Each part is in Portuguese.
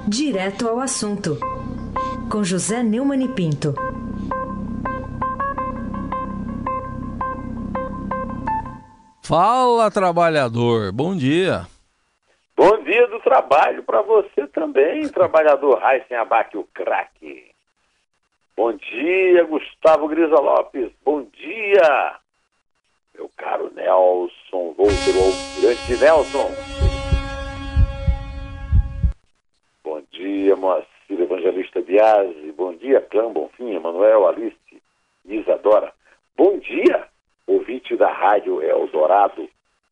Direto ao assunto, com José Neumann e Pinto. Fala, trabalhador, bom dia. Bom dia do trabalho para você também, trabalhador Raíssen Abac, o craque. Bom dia, Gustavo Grisa Lopes, bom dia, meu caro Nelson Volter, o grande Nelson. Bom dia, Moacir Evangelista Biasi, bom dia, Clã Bonfim, Emanuel, Alice, Isadora. Bom dia, ouvinte da Rádio Eldorado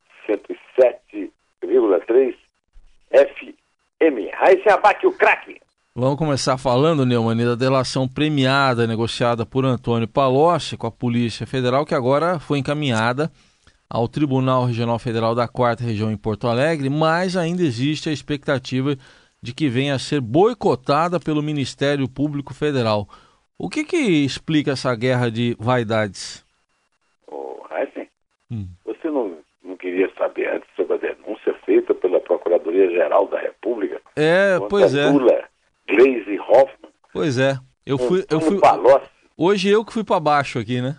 107,3 FM. Raíssen Abac, o craque. Vamos começar falando, Neumann, da delação premiada negociada por Antônio Palocci com a Polícia Federal, que agora foi encaminhada ao Tribunal Regional Federal da 4ª Região em Porto Alegre, mas ainda existe a expectativa de que venha a ser boicotada pelo Ministério Público Federal. O que explica essa guerra de vaidades? Raíssen, você não queria saber antes sobre a denúncia feita pela Procuradoria-Geral da República? Pois é. Lula, Gleisi Hoffmann. Pois é. Eu fui Palocci. Hoje eu que fui para baixo aqui, né?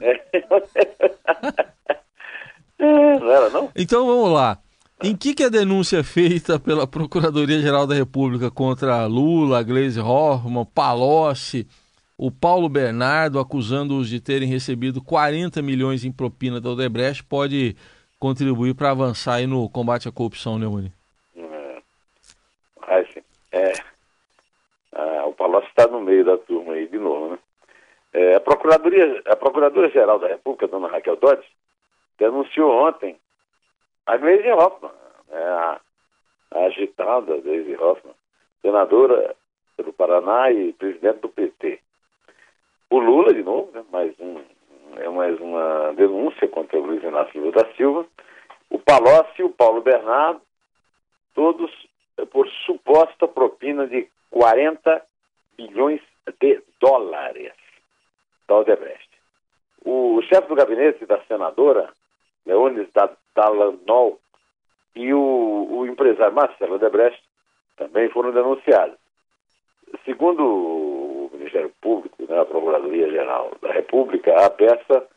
Não era, não? Então vamos lá. Em que a denúncia feita pela Procuradoria-Geral da República contra Lula, Gleisi Hoffmann, Palocci, o Paulo Bernardo, acusando-os de terem recebido 40 milhões em propina da Odebrecht, pode contribuir para avançar aí no combate à corrupção, Neumann? Raíssen, o Palocci está no meio da turma aí de novo, né? A Procuradora-Geral da República, dona Raquel Dodge, denunciou ontem a Gleisi Hoffmann, a agitada Gleisi Hoffmann, senadora do Paraná e presidente do PT. O Lula, de novo, né? mais uma denúncia contra o Luiz Inácio Lula da Silva. O Palocci e o Paulo Bernardo, todos por suposta propina de 40 bilhões de dólares da Odebrecht. O chefe do gabinete da senadora, Leônidas Dallagnol, e o empresário Marcelo Odebrecht também foram denunciados. Segundo o Ministério Público, né, a Procuradoria-Geral da República, a peça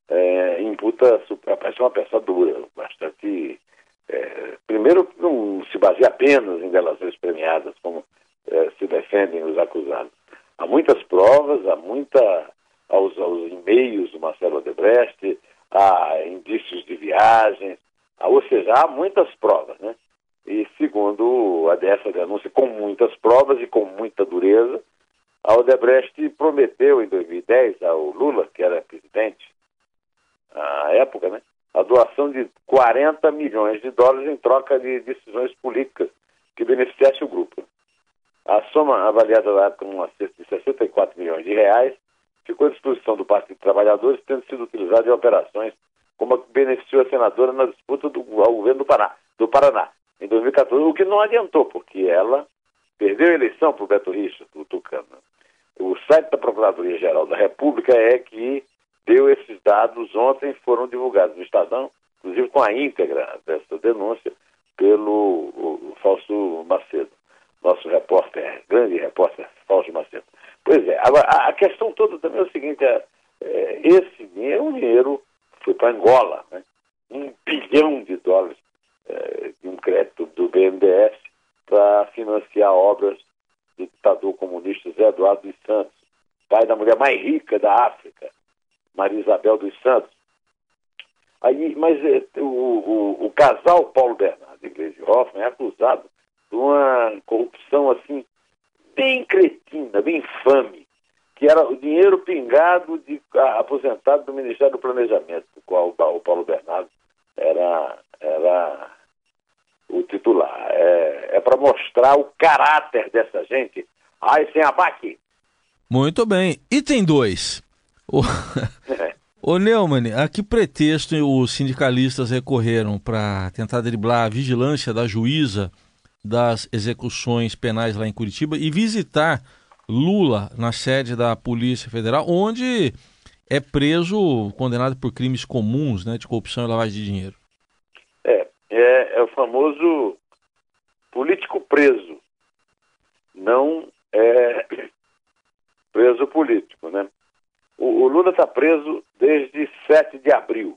é uma peça dura, bastante... primeiro, não se baseia apenas em delações premiadas, como se defendem os acusados. Há muitas provas, aos e-mails do Marcelo Odebrecht, há indícios de viagens, ou seja, há muitas provas, né? E segundo essa denúncia, com muitas provas e com muita dureza, a Odebrecht prometeu em 2010 ao Lula, que era presidente à época, né, a doação de 40 milhões de dólares em troca de decisões políticas que beneficiassem o grupo. A soma avaliada na época numa cesta de 64 milhões de reais ficou à disposição do Partido dos Trabalhadores, tendo sido utilizada em operações como a que beneficiou a senadora na disputa ao governo do Paraná, em 2014, o que não adiantou, porque ela perdeu a eleição para o Beto Richa, do Tucano. O site da Procuradoria-Geral da República é que deu esses dados, ontem foram divulgados no Estadão, inclusive com a íntegra dessa denúncia, pelo Fausto Macedo, nosso repórter, grande repórter Fausto Macedo. Pois é, agora a questão toda também é o seguinte, esse dinheiro foi para Angola, né? $1 bilhão de um crédito do BNDES para financiar obras do ditador comunista Zé Eduardo dos Santos, pai da mulher mais rica da África, Maria Isabel dos Santos. Mas o casal Paulo Bernardo e Gleisi Hoffmann é acusado de uma corrupção assim bem cretina, bem infame, que era o dinheiro pingado de aposentado do Ministério do Planejamento, do qual o Paulo Bernardo era o titular. É para mostrar o caráter dessa gente. Raíssen Abac. Muito bem. Item 2. Ô Neumann, a que pretexto os sindicalistas recorreram para tentar driblar a vigilância da juíza das execuções penais lá em Curitiba e visitar Lula na sede da Polícia Federal, onde é preso, condenado por crimes comuns, né, de corrupção e lavagem de dinheiro? É o famoso político preso. não é preso político, né? O Lula está preso desde 7 de abril.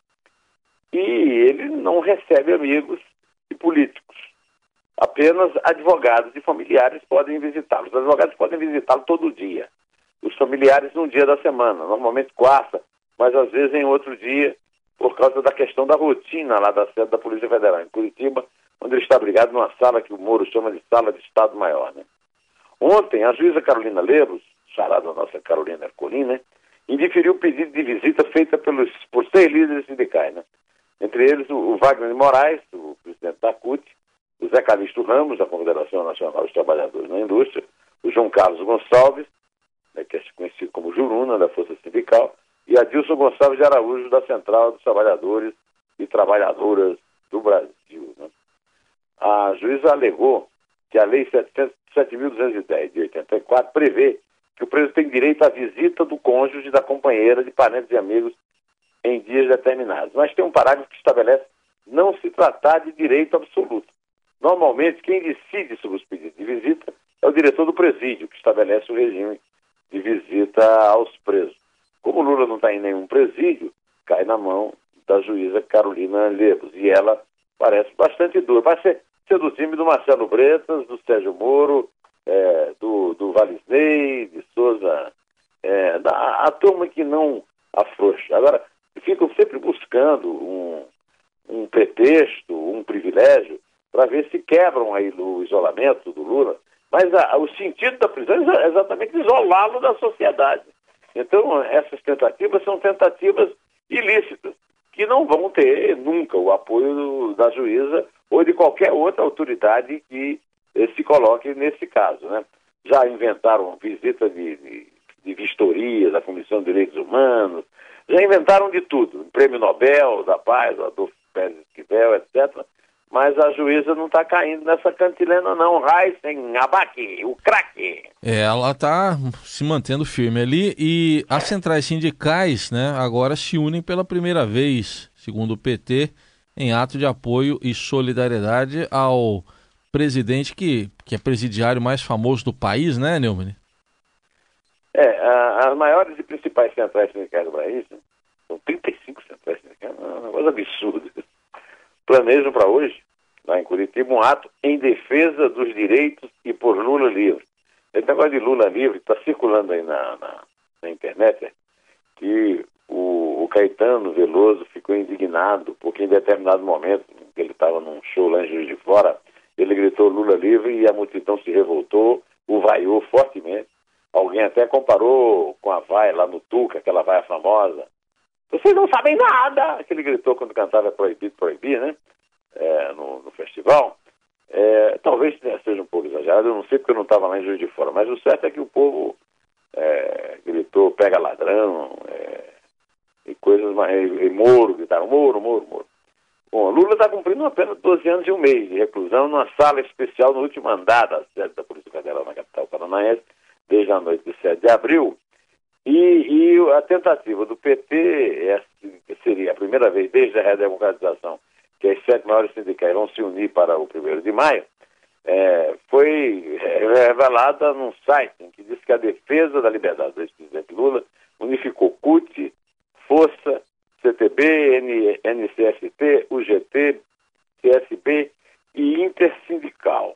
E ele não recebe amigos e políticos. Apenas advogados e familiares podem visitá-lo. Os advogados podem visitá-lo todo dia. Os familiares num dia da semana, normalmente quarta, mas às vezes em outro dia, por causa da questão da rotina lá da sede da Polícia Federal, em Curitiba, onde ele está abrigado numa sala que o Moro chama de sala de Estado-Maior, né? Ontem, a juíza Carolina Lebos, charada nossa Carolina Ercolim, né, indiferiu o pedido de visita feita por 6 líderes sindicais, né? Entre eles o Wagner de Moraes, o presidente da CUT, o Zé Calixto Ramos, da Confederação Nacional dos Trabalhadores na Indústria, o João Carlos Gonçalves, né, que é conhecido como Juruna, da Força Sindical, e Adilson Gonçalves de Araújo, da Central dos Trabalhadores e Trabalhadoras do Brasil, né? A juíza alegou que a Lei 7.210 de 84 prevê que o preso tem direito à visita do cônjuge, da companheira, de parentes e amigos em dias determinados. Mas tem um parágrafo que estabelece não se tratar de direito absoluto. Normalmente, quem decide sobre os pedidos de visita é o diretor do presídio, que estabelece o regime de visita aos presos. Como o Lula não está em nenhum presídio, cai na mão da juíza Carolina Lebos. E ela parece bastante dura. Parece ser do time do Marcelo Bretas, do Sérgio Moro, do Valisney, de Souza, a turma que não afrouxa. Agora, ficam sempre buscando um pretexto, um privilégio, para ver se quebram aí o isolamento do Lula. Mas o sentido da prisão é exatamente isolá-lo da sociedade. Então, essas tentativas são tentativas ilícitas, que não vão ter nunca o apoio da juíza ou de qualquer outra autoridade que se coloque nesse caso, né? Já inventaram visita de vistoria da Comissão de Direitos Humanos, já inventaram de tudo, Prêmio Nobel da Paz, Adolfo Pérez Esquivel, etc., mas a juíza não está caindo nessa cantilena não. Raíssen Abac, o craque. Ela está se mantendo firme ali e as centrais sindicais, né, agora se unem pela primeira vez, segundo o PT, em ato de apoio e solidariedade ao presidente que é presidiário mais famoso do país, né, Neumann? As maiores e principais centrais sindicais do país, né? São 35 centrais sindicais, é uma coisa absurda. Planejam para hoje, lá em Curitiba, um ato em defesa dos direitos e por Lula livre. Esse negócio de Lula livre está circulando aí na internet, que o Caetano Veloso ficou indignado porque em determinado momento, ele estava num show lá em Juiz de Fora, ele gritou Lula livre e a multidão se revoltou, o vaiou fortemente. Alguém até comparou com a vaia lá no Tuca, aquela vaia famosa. Vocês não sabem nada! Que ele gritou quando cantava Proibido Proibir, né? No festival. Talvez seja um pouco exagerado, eu não sei porque eu não estava lá em Juiz de Fora, mas o certo é que o povo gritou pega ladrão, e coisas mais. E Moro, gritaram Moro, Moro, Moro. Bom, Lula está cumprindo apenas 12 anos e um mês de reclusão numa sala especial no último andar da sede da Polícia Federal na capital paranaense, desde a noite de 7 de abril. E a tentativa do PT, seria a primeira vez desde a redemocratização, que as 7 maiores sindicais vão se unir para o 1º de maio, foi revelada num site em que diz que a defesa da liberdade do ex-presidente Lula unificou CUT, Força, CTB, NCST, UGT, CSB e Intersindical.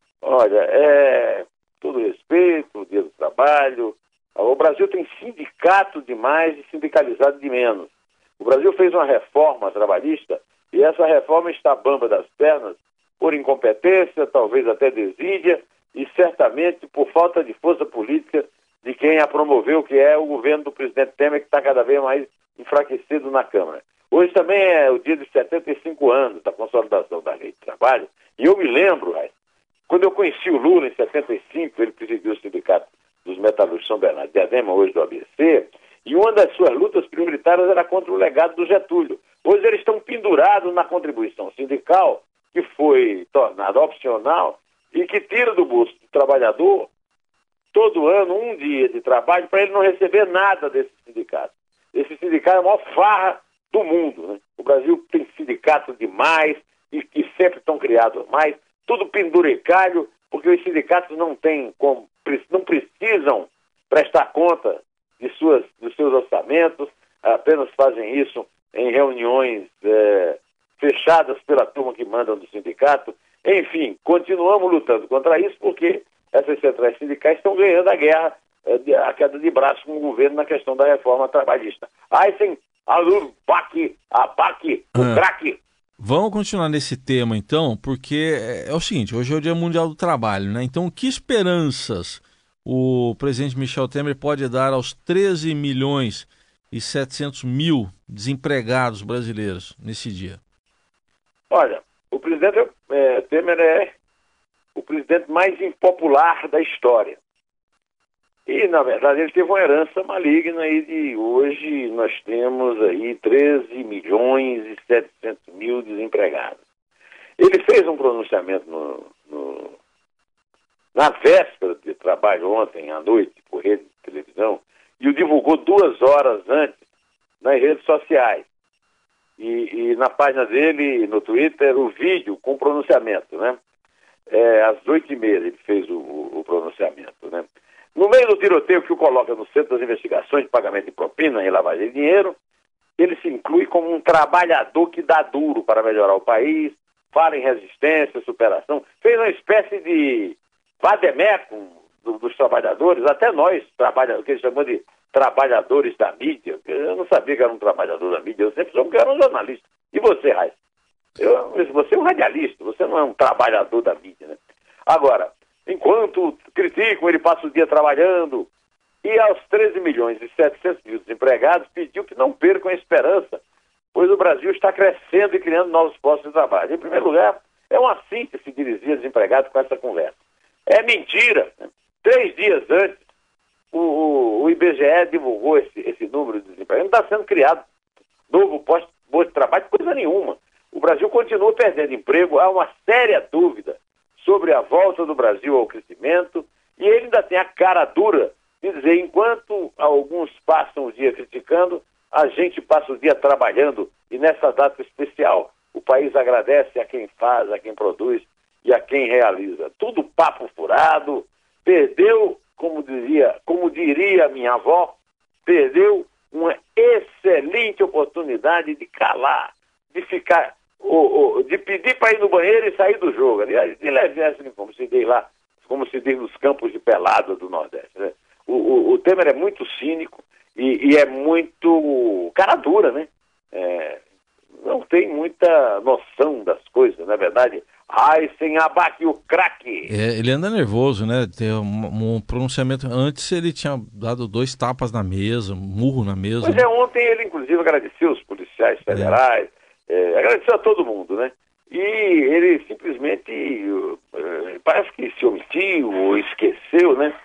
Olha, todo respeito, o Dia do Trabalho. O Brasil tem sindicato demais e sindicalizado de menos. O Brasil fez uma reforma trabalhista e essa reforma está bamba das pernas por incompetência, talvez até desídia e certamente por falta de força política de quem a promoveu, que é o governo do presidente Temer, que está cada vez mais enfraquecido na Câmara. Hoje também é o dia de 75 anos da consolidação da Lei de Trabalho e eu me lembro, quando eu conheci o Lula em 75, ele presidiu o Sindicato dos Metalúrgicos São Bernardo de Adema, hoje do ABC, e uma das suas lutas prioritárias era contra o legado do Getúlio. Hoje eles estão pendurados na contribuição sindical, que foi tornada opcional e que tira do bolso do trabalhador todo ano um dia de trabalho para ele não receber nada desse sindicato. Esse sindicato é a maior farra do mundo, né? O Brasil tem sindicato demais e sempre estão criados mais, tudo penduricalho porque os sindicatos não precisam prestar conta dos seus orçamentos, apenas fazem isso em reuniões fechadas pela turma que manda do sindicato. Enfim, continuamos lutando contra isso porque essas centrais sindicais estão ganhando a guerra, a queda de braço com o governo na questão da reforma trabalhista. Aysen, abaque, o craque. Vamos continuar nesse tema, então, porque é o seguinte, hoje é o Dia Mundial do Trabalho, né? Então, que esperanças o presidente Michel Temer pode dar aos 13 milhões e 700 mil desempregados brasileiros nesse dia? Olha, o presidente Temer é o presidente mais impopular da história. E, na verdade, ele teve uma herança maligna e de hoje nós temos aí 13 milhões e 700 mil desempregados. Ele fez um pronunciamento na véspera de trabalho ontem à noite por rede de televisão e o divulgou 2 horas antes nas redes sociais. E na página dele, no Twitter, o vídeo com o pronunciamento, né? Às 8h30 ele fez o pronunciamento, né? No meio do tiroteio que o coloca no centro das investigações de pagamento de propina e lavagem de dinheiro, ele se inclui como um trabalhador que dá duro para melhorar o país, fala em resistência, superação, fez uma espécie de vademécum dos trabalhadores, até nós, o que ele chamou de trabalhadores da mídia. Eu não sabia que era um trabalhador da mídia, eu sempre soube que era um jornalista. E você, Raiz? Você é um radialista, você não é um trabalhador da mídia, né? Agora, enquanto criticam, ele passa o dia trabalhando. E aos 13 milhões e 700 mil desempregados, pediu que não percam a esperança, pois o Brasil está crescendo e criando novos postos de trabalho. Em primeiro lugar, é uma síntese se dirigir a desempregados com essa conversa. É mentira. 3 dias antes, o IBGE divulgou esse número de desempregados. Não está sendo criado novo posto de trabalho, coisa nenhuma. O Brasil continua perdendo emprego, há uma séria dúvida sobre a volta do Brasil ao crescimento, e ele ainda tem a cara dura de dizer, enquanto alguns passam o dia criticando, a gente passa o dia trabalhando, e nessa data especial o país agradece a quem faz, a quem produz e a quem realiza. Tudo papo furado, perdeu, como diria minha avó, perdeu uma excelente oportunidade de calar, de ficar, de pedir para ir no banheiro e sair do jogo. Aliás, de leve, como se diz nos campos de pelada do Nordeste, né? O Temer é muito cínico e é muito cara dura, né? Não tem muita noção das coisas, na verdade. Aysen, abaque o craque. Ele anda nervoso, né? Tem um pronunciamento. Antes ele tinha dado 2 tapas na mesa, um murro na mesa. Pois ontem ele inclusive agradeceu os policiais federais, agradeceu a todo mundo, né? E ele simplesmente parece que se omitiu ou esqueceu, né?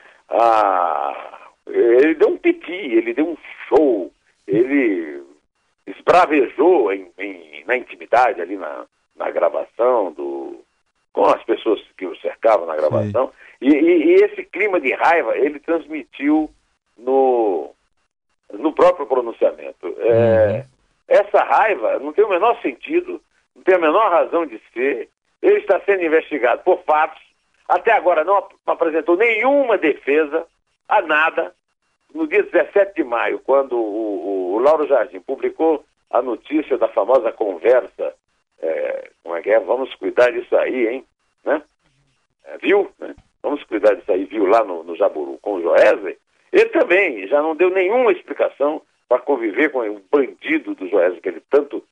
Ele deu um piti, ele deu um show, ele esbravejou na intimidade ali na gravação, com as pessoas que o cercavam na gravação, e esse clima de raiva ele transmitiu no próprio pronunciamento. Essa raiva não tem o menor sentido, não tem a menor razão de ser. Ele está sendo investigado por fatos, até agora não apresentou nenhuma defesa a nada. No dia 17 de maio, quando o Lauro Jardim publicou a notícia da famosa conversa, como é que é? Vamos cuidar disso aí, hein? Né? Viu? Né? Vamos cuidar disso aí, viu lá no Jaburu com o Joesley. Ele também já não deu nenhuma explicação para conviver com o bandido do Joesley, que ele tanto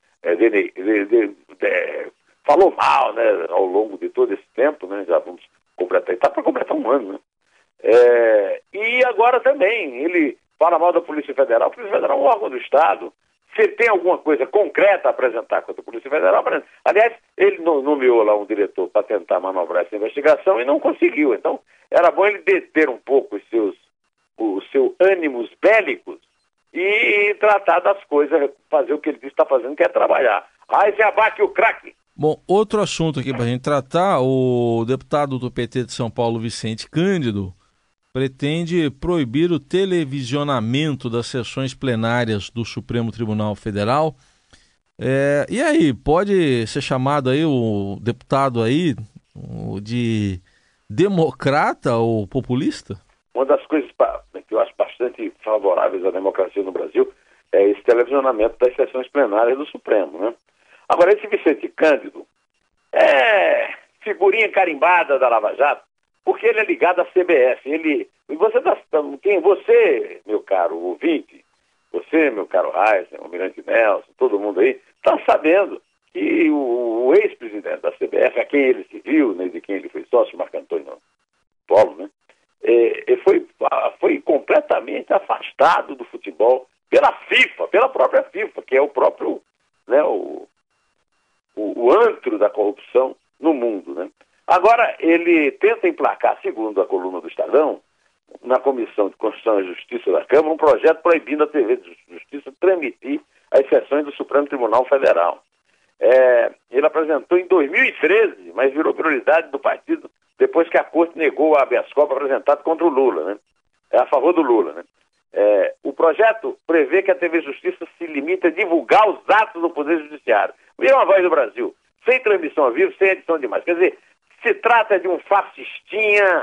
falou mal, né, ao longo de todo esse tempo, né? Já vamos completar, está para completar 1 ano, né? E agora também, ele fala mal da Polícia Federal. A Polícia Federal é um órgão do Estado. Se ele tem alguma coisa concreta a apresentar contra a Polícia Federal, aliás, ele nomeou lá um diretor para tentar manobrar essa investigação e não conseguiu. Então, era bom ele deter um pouco os seus ânimos bélicos e tratar das coisas, fazer o que ele disse que está fazendo, que é trabalhar. Aí se abate o craque. Bom, outro assunto aqui para a gente tratar, o deputado do PT de São Paulo, Vicente Cândido, pretende proibir o televisionamento das sessões plenárias do Supremo Tribunal Federal. E aí, pode ser chamado aí o deputado aí de democrata ou populista? Uma das coisas que eu acho bastante favoráveis à democracia no Brasil é esse televisionamento das sessões plenárias do Supremo, né? Agora, esse Vicente Cândido é figurinha carimbada da Lava Jato, porque ele é ligado à CBF. Você, meu caro ouvinte, você, meu caro Reis, o Almirante Nelson, todo mundo aí, está sabendo que o ex-presidente da CBF, a quem ele se viu, né, de quem ele foi sócio, Marco Antônio Polo, né, foi completamente afastado do futebol pela FIFA, pela própria FIFA, que é o próprio, né, o antro da corrupção no mundo, né? Agora, ele tenta emplacar, segundo a coluna do Estadão, na Comissão de Constituição e Justiça da Câmara, um projeto proibindo a TV de Justiça transmitir as sessões do Supremo Tribunal Federal. Ele apresentou em 2013, mas virou prioridade do partido depois que a Corte negou o habeas corpus apresentado contra o Lula, né? A favor do Lula, né? O projeto prevê que a TV Justiça se limite a divulgar os atos do Poder Judiciário. Vira uma Voz do Brasil, sem transmissão ao vivo, sem edição de imagem. Quer dizer, se trata de um fascistinha,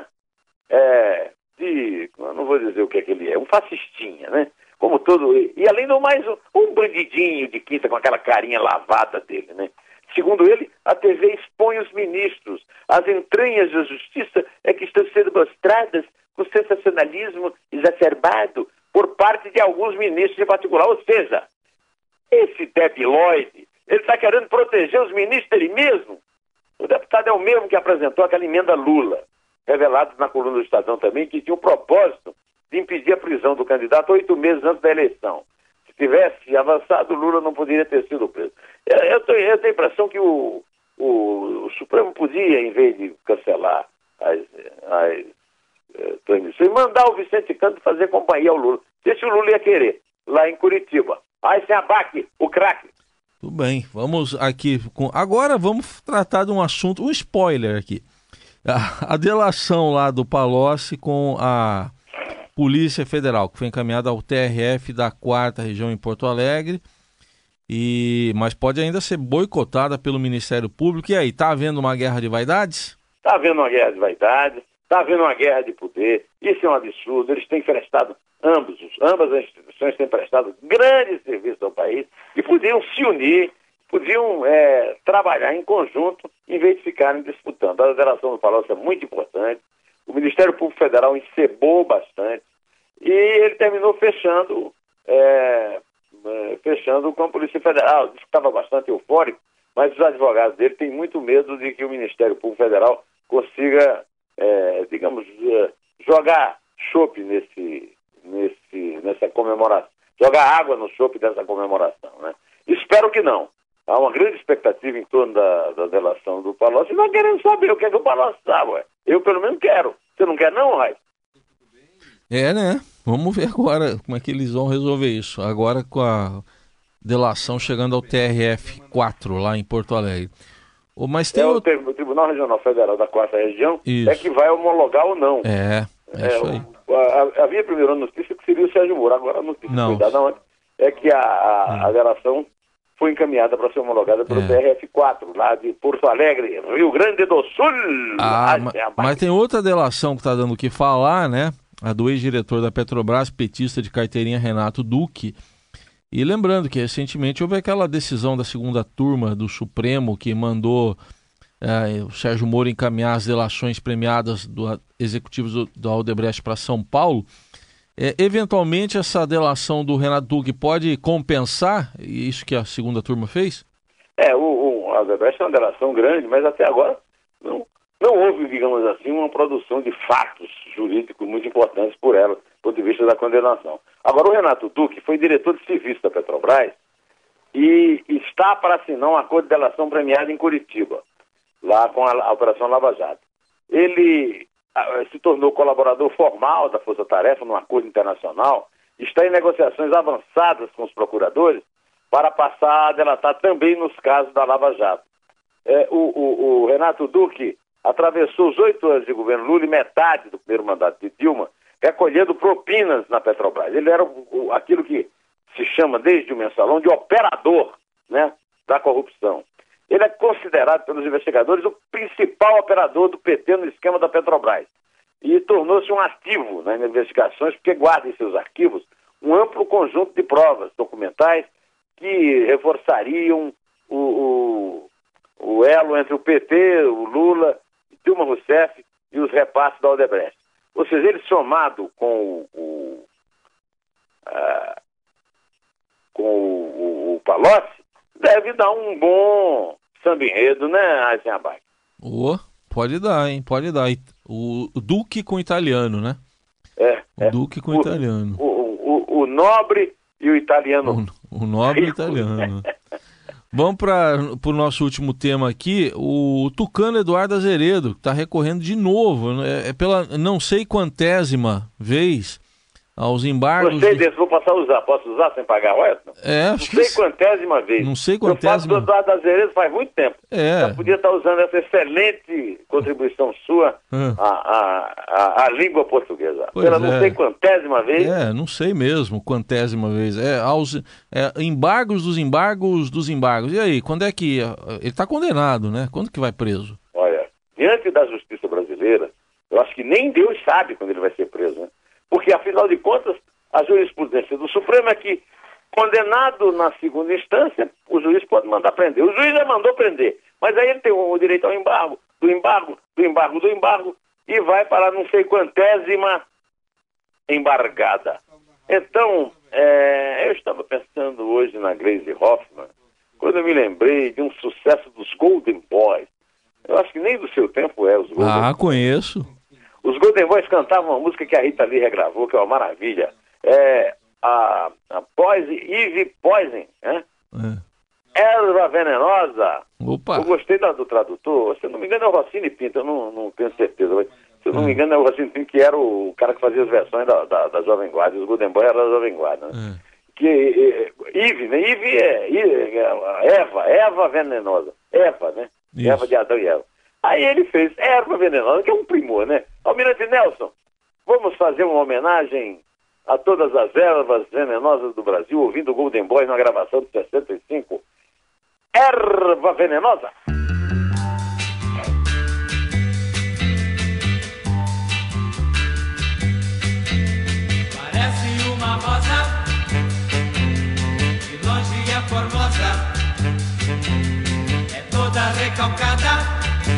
eu não vou dizer o que é que ele é, um fascistinha, né? Como todo, e além do mais, um bandidinho de quinta com aquela carinha lavada dele, né? Segundo ele, a TV expõe os ministros. As entranhas da justiça é que estão sendo mostradas com sensacionalismo exacerbado por parte de alguns ministros em particular. Ou seja, esse debilóide, ele está querendo proteger os ministros dele mesmo. O deputado é o mesmo que apresentou aquela emenda Lula, revelado na coluna do Estadão também, que tinha o propósito de impedir a prisão do candidato 8 meses antes da eleição. Se tivesse avançado, Lula não poderia ter sido preso. Eu tenho a impressão que o Supremo podia, em vez de cancelar as transmissões, mandar o Vicente Cândido fazer companhia ao Lula. Se o Lula ia querer, lá em Curitiba. Aí sem abaque, o craque. Tudo bem, vamos aqui. Agora vamos tratar de um assunto, um spoiler aqui. A delação lá do Palocci com a Polícia Federal, que foi encaminhada ao TRF da 4ª Região em Porto Alegre, mas pode ainda ser boicotada pelo Ministério Público. E aí, está havendo uma guerra de vaidades? Está havendo uma guerra de vaidades, está havendo uma guerra de poder. Isso é um absurdo. Eles têm prestado, ambas as instituições têm prestado grandes serviços ao país e podiam se unir, podiam trabalhar em conjunto em vez de ficarem disputando. A delação do Palocci é muito importante. O Ministério Público Federal encebou bastante e ele terminou fechando com a Polícia Federal. Disse que estava bastante eufórico, mas os advogados dele têm muito medo de que o Ministério Público Federal consiga, jogar chope nessa comemoração, jogar água no chope dessa comemoração, né? Espero que não. Há uma grande expectativa em torno da delação do Palocci e nós queremos saber o que é que o Palocci sabe, ué. Eu, pelo menos, quero. Você não quer, não, Raíssa? Né? Vamos ver agora como é que eles vão resolver isso. Agora com a delação chegando ao TRF-4, lá em Porto Alegre. Mas tem o Tribunal Regional Federal da 4ª Região isso. É que vai homologar ou não. Isso aí. Havia primeiro a notícia que seria o Sérgio Moro. Agora a notícia é que a delação foi encaminhada para ser homologada pelo TRF-4, lá de Porto Alegre, Rio Grande do Sul. Mas tem outra delação que está dando o que falar, né? A do ex-diretor da Petrobras, petista de carteirinha, Renato Duque. E lembrando que recentemente houve aquela decisão da 2ª turma do Supremo que mandou o Sérgio Moro encaminhar as delações premiadas do executivos do Aldebrecht para São Paulo. Eventualmente essa delação do Renato Duque pode compensar isso que a 2ª turma fez? O Aldebrecht é uma delação grande, mas até agora não houve, digamos assim, uma produção de fatos jurídicos muito importantes por ela, do ponto de vista da condenação. Agora, o Renato Duque foi diretor de serviço da Petrobras e está para assinar um acordo de delação premiada em Curitiba, lá com a Operação Lava Jato. Ele se tornou colaborador formal da Força Tarefa num acordo internacional, está em negociações avançadas com os procuradores para passar a delatar também nos casos da Lava Jato. O Renato Duque atravessou os 8 anos de governo Lula e metade do primeiro mandato de Dilma, recolhendo propinas na Petrobras. Ele era aquilo que se chama, desde o mensalão, de operador, né, da corrupção. Ele é considerado pelos investigadores o principal operador do PT no esquema da Petrobras. E tornou-se um ativo nas investigações, porque guarda em seus arquivos um amplo conjunto de provas documentais que reforçariam o elo entre o PT, o Lula, Dilma Rousseff e os repasses da Odebrecht. Ou seja, ele somado com o Palocci, deve dar um bom samba-enredo, né, Eisenbach? Pode dar, hein? Pode dar. O Duque com o italiano, né? O Duque com o italiano. O nobre e o italiano. O nobre e o italiano. Vamos para o nosso último tema aqui. O tucano Eduardo Azeredo está recorrendo de novo, pela não sei quantésima vez aos embargos. Gostei desse, vou passar a usar. Posso usar sem pagar royalties? Não sei quantésima vez. Não sei quantésima. Eu faço do Eduardo Azeredo faz muito tempo. Já podia estar usando essa excelente contribuição sua à língua portuguesa. Pela não sei quantésima vez. Não sei mesmo quantésima vez. Embargos dos embargos dos embargos. E aí, quando é que... Ele está condenado, né? Quando que vai preso? Olha, diante da justiça brasileira, eu acho que nem Deus sabe quando ele vai ser preso, né? Porque, afinal de contas, a jurisprudência do Supremo é que, condenado na segunda instância, o juiz pode mandar prender. O juiz já mandou prender, mas aí ele tem o direito ao embargo, do embargo, e vai para não sei quantésima embargada. Então, eu estava pensando hoje na Glaze Hoffman, quando eu me lembrei de um sucesso dos Golden Boys. Eu acho que nem do seu tempo os Golden Boys. Conheço. Os Golden Boys cantavam uma música que a Rita Lee regravou, que é uma maravilha. A Eve Poison, né? Erva Venenosa. Opa. Eu gostei do tradutor. Se eu não me engano é o Rossini Pinto, eu não tenho certeza. Se eu não me engano é o Rossini Pinto, que era o cara que fazia as versões da Jovem Guarda. Os Golden Boys eram da Jovem Guarda, né? Que Eve, né? Eve Eva Venenosa. Eva, né? Isso. Eva de Adão e Eva. Aí ele fez Erva Venenosa, que é um primor, né? Almirante Nelson, vamos fazer uma homenagem a todas as ervas venenosas do Brasil, ouvindo o Golden Boy na gravação de 65. Erva Venenosa. Parece uma rosa, de longe é formosa, é toda recalcada.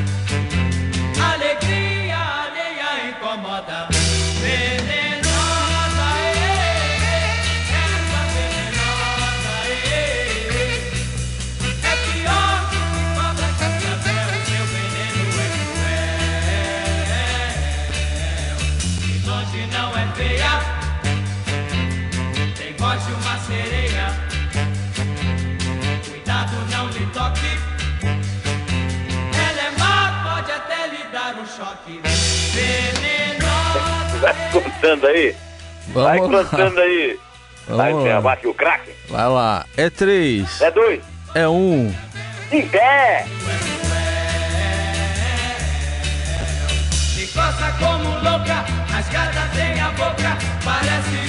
Alegria alheia incomoda. Venenosa, erva venenosa, é pior que cobra cascavel. Seu veneno é cruel. De longe não é feia, tem voz de uma sereia. Cuidado, não lhe toque. Um choque venenoso. Vai contando aí. Vai contando aí. Vai abaixo o craque. Vai lá. É 3. É 2. É 1. Em pé. Me coça como louca, rasgada tem a boca, parece